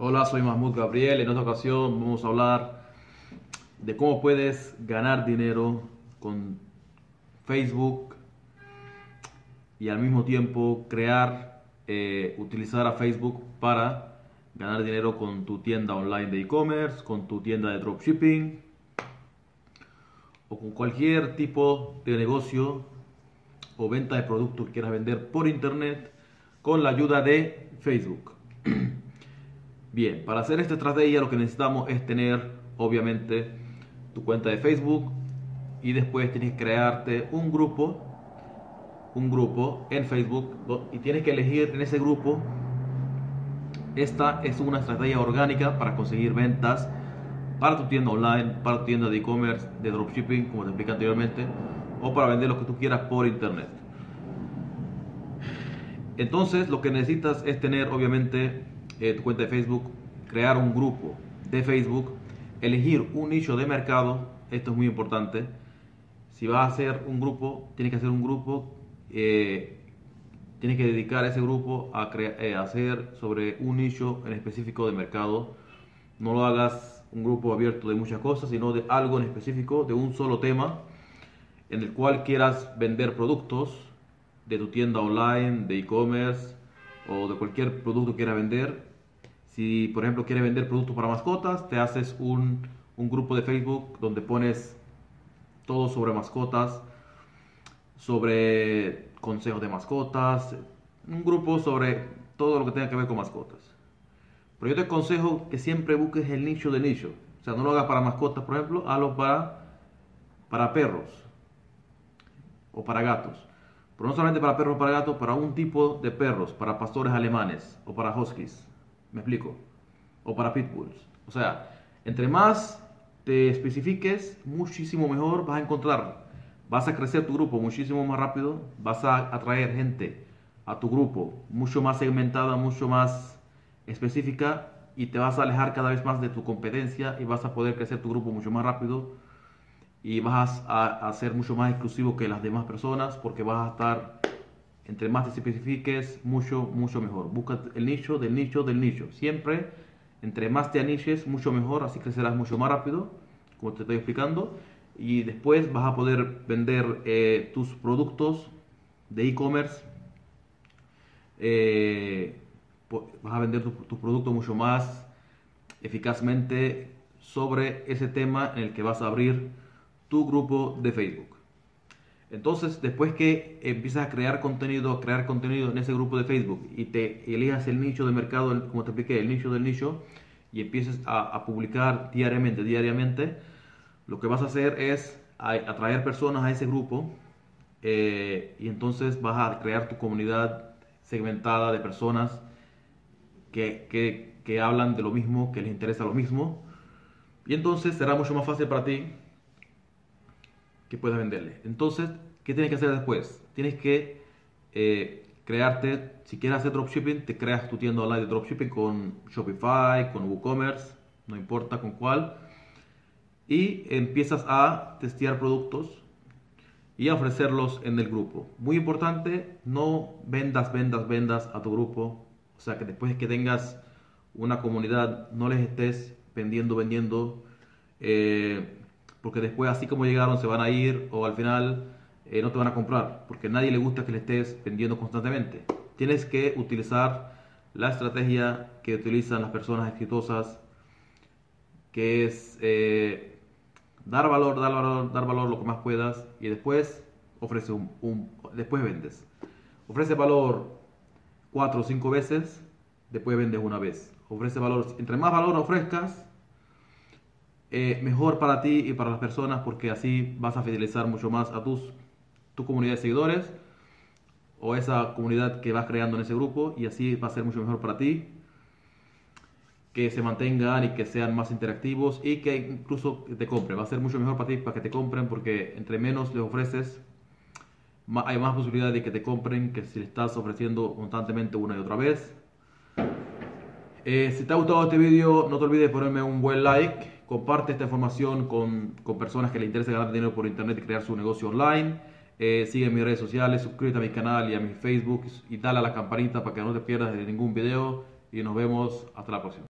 Hola, soy Mahmoud Gabriel. En esta ocasión vamos a hablar de cómo puedes ganar dinero con Facebook y al mismo tiempo utilizar a Facebook para ganar dinero con tu tienda online de e-commerce, con tu tienda de dropshipping o con cualquier tipo de negocio o venta de productos que quieras vender por internet con la ayuda de Facebook. Bien, para hacer esta estrategia lo que necesitamos es tener, obviamente, tu cuenta de Facebook y después tienes que crearte un grupo en Facebook y tienes que elegir en ese grupo. Esta es una estrategia orgánica para conseguir ventas para tu tienda online, para tu tienda de e-commerce, de dropshipping, como te expliqué anteriormente, o para vender lo que tú quieras por internet. Entonces, lo que necesitas es tener, obviamente, tu cuenta de Facebook, crear un grupo de Facebook, elegir un nicho de mercado. Esto es muy importante. Si vas a hacer un grupo, tienes que hacer un grupo, tienes que dedicar a ese grupo a hacer sobre un nicho en específico de mercado. No lo hagas un grupo abierto de muchas cosas, sino de algo en específico, de un solo tema, en el cual quieras vender productos de tu tienda online, de e-commerce o de cualquier producto que quieras vender. Si por ejemplo quieres vender productos para mascotas, te haces un grupo de Facebook donde pones todo sobre mascotas, sobre consejos de mascotas, un grupo sobre todo lo que tenga que ver con mascotas. Pero yo te aconsejo que siempre busques el nicho de nicho. O sea, no lo hagas para mascotas, por ejemplo, hazlo para perros o para gatos. Pero no solamente para perros o para gatos, para un tipo de perros, para pastores alemanes o para huskies. ¿Me explico? O para pitbulls. O sea, entre más te especifiques, muchísimo mejor vas a encontrar. Vas a crecer tu grupo muchísimo más rápido, vas a atraer gente a tu grupo mucho más segmentada, mucho más específica y te vas a alejar cada vez más de tu competencia y vas a poder crecer tu grupo mucho más rápido y vas a ser mucho más exclusivo que las demás personas porque vas a estar, entre más te especifiques, mucho mejor. Busca el nicho del nicho del nicho. Siempre, entre más te aniches, mucho mejor, así crecerás mucho más rápido, como te estoy explicando. Y después vas a poder vender tus productos de e-commerce. Vas a vender tus productos mucho más eficazmente sobre ese tema en el que vas a abrir tu grupo de Facebook. Entonces, después que empiezas a crear contenido en ese grupo de Facebook y te elijas el nicho de mercado, como te expliqué, el nicho del nicho, y empieces a publicar diariamente, lo que vas a hacer es atraer personas a ese grupo y entonces vas a crear tu comunidad segmentada de personas que hablan de lo mismo, que les interesa lo mismo, y entonces será mucho más fácil para ti que puedas venderle. Entonces, ¿qué tienes que hacer después? Tienes que crearte, si quieres hacer dropshipping, te creas tu tienda online de dropshipping con Shopify, con WooCommerce, no importa con cuál, y empiezas a testear productos y a ofrecerlos en el grupo. Muy importante, no vendas a tu grupo, o sea que después de que tengas una comunidad, no les estés vendiendo, porque después así como llegaron se van a ir o al final no te van a comprar, porque a nadie le gusta que le estés vendiendo constantemente. Tienes que utilizar la estrategia que utilizan las personas exitosas, que es dar valor lo que más puedas y después ofrece después vendes. Ofrece valor 4 o 5 veces, después vendes una vez. Ofrece valor, entre más valor ofrezcas, mejor para ti y para las personas porque así vas a fidelizar mucho más a tu comunidad de seguidores o esa comunidad que vas creando en ese grupo y así va a ser mucho mejor para ti que se mantengan y que sean más interactivos y que incluso te compren. Va a ser mucho mejor para ti para que te compren porque entre menos les ofreces hay más posibilidad de que te compren que si le estás ofreciendo constantemente una y otra vez. Si te ha gustado este vídeo, no te olvides de ponerme un buen like, comparte esta información con personas que les interesa ganar dinero por internet y crear su negocio online. Sigue mis redes sociales, suscríbete a mi canal y a mi Facebook y dale a la campanita para que no te pierdas de ningún video y nos vemos hasta la próxima.